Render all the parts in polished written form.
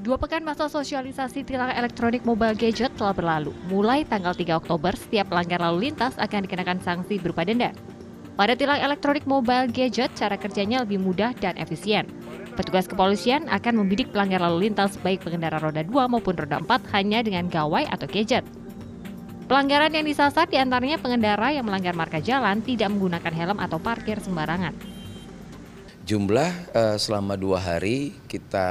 2 pekan masa sosialisasi tilang elektronik mobile gadget telah berlalu. Mulai tanggal 3 Oktober, setiap pelanggar lalu lintas akan dikenakan sanksi berupa denda. Pada tilang elektronik mobile gadget, cara kerjanya lebih mudah dan efisien. Petugas kepolisian akan membidik pelanggar lalu lintas baik pengendara roda 2 maupun roda 4 hanya dengan gawai atau gadget. Pelanggaran yang disasar diantaranya pengendara yang melanggar marka jalan, tidak menggunakan helm atau parkir sembarangan. Jumlah selama 2 hari kita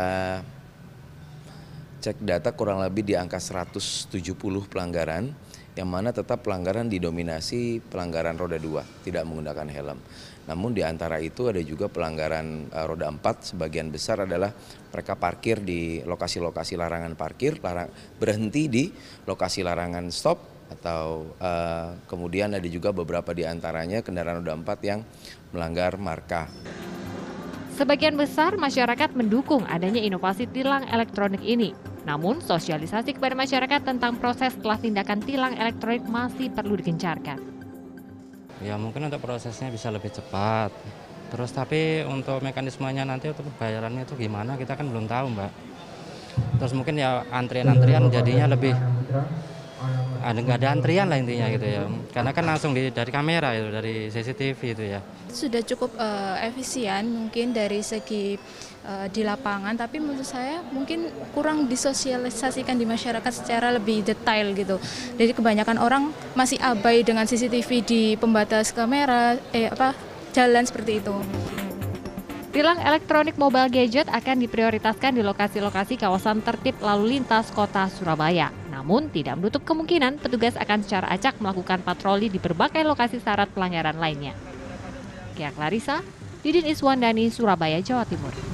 cek data kurang lebih di angka 170 pelanggaran, yang mana tetap pelanggaran didominasi pelanggaran roda 2, tidak menggunakan helm. Namun di antara itu ada juga pelanggaran roda 4, sebagian besar adalah mereka parkir di lokasi-lokasi larangan parkir, berhenti di lokasi larangan stop, atau kemudian ada juga beberapa di antaranya kendaraan roda 4 yang melanggar marka. Sebagian besar masyarakat mendukung adanya inovasi tilang elektronik ini. Namun, sosialisasi kepada masyarakat tentang proses setelah tindakan tilang elektronik masih perlu digencarkan. Ya mungkin untuk prosesnya bisa lebih cepat. Terus tapi untuk mekanismenya nanti untuk pembayarannya itu gimana kita kan belum tahu, Mbak. Terus mungkin ya antrian-antrian jadinya lebih nggak ada antrian lah intinya gitu ya. Karena kan langsung dari kamera itu, dari CCTV itu ya. Sudah cukup efisien mungkin dari segi di lapangan, tapi menurut saya mungkin kurang disosialisasikan di masyarakat secara lebih detail gitu. Jadi kebanyakan orang masih abai dengan CCTV di pembatas kamera, jalan seperti itu. Tilang elektronik mobile gadget akan diprioritaskan di lokasi-lokasi kawasan tertib lalu lintas kota Surabaya. Namun, tidak menutup kemungkinan petugas akan secara acak melakukan patroli di berbagai lokasi syarat pelanggaran lainnya. Kia Clarissa, Didin Iswandani, Surabaya, Jawa Timur.